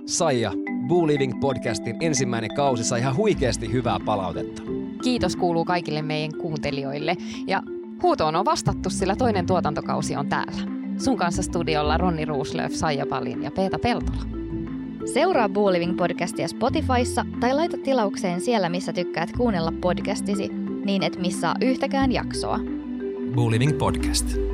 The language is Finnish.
Saija, Boo Living podcastin ensimmäinen kausi sai ihan huikeasti hyvää palautetta. Kiitos kuuluu kaikille meidän kuuntelijoille. Ja huutoon on vastattu, sillä toinen tuotantokausi on täällä. Sun kanssa studiolla Ronni Roslöf, Saija Palin ja Peeta Peltola. Seuraa Boo Living podcastia Spotifyssa tai laita tilaukseen siellä, missä tykkäät kuunnella podcastisi, niin et missaa yhtäkään jaksoa. Boo Living podcast.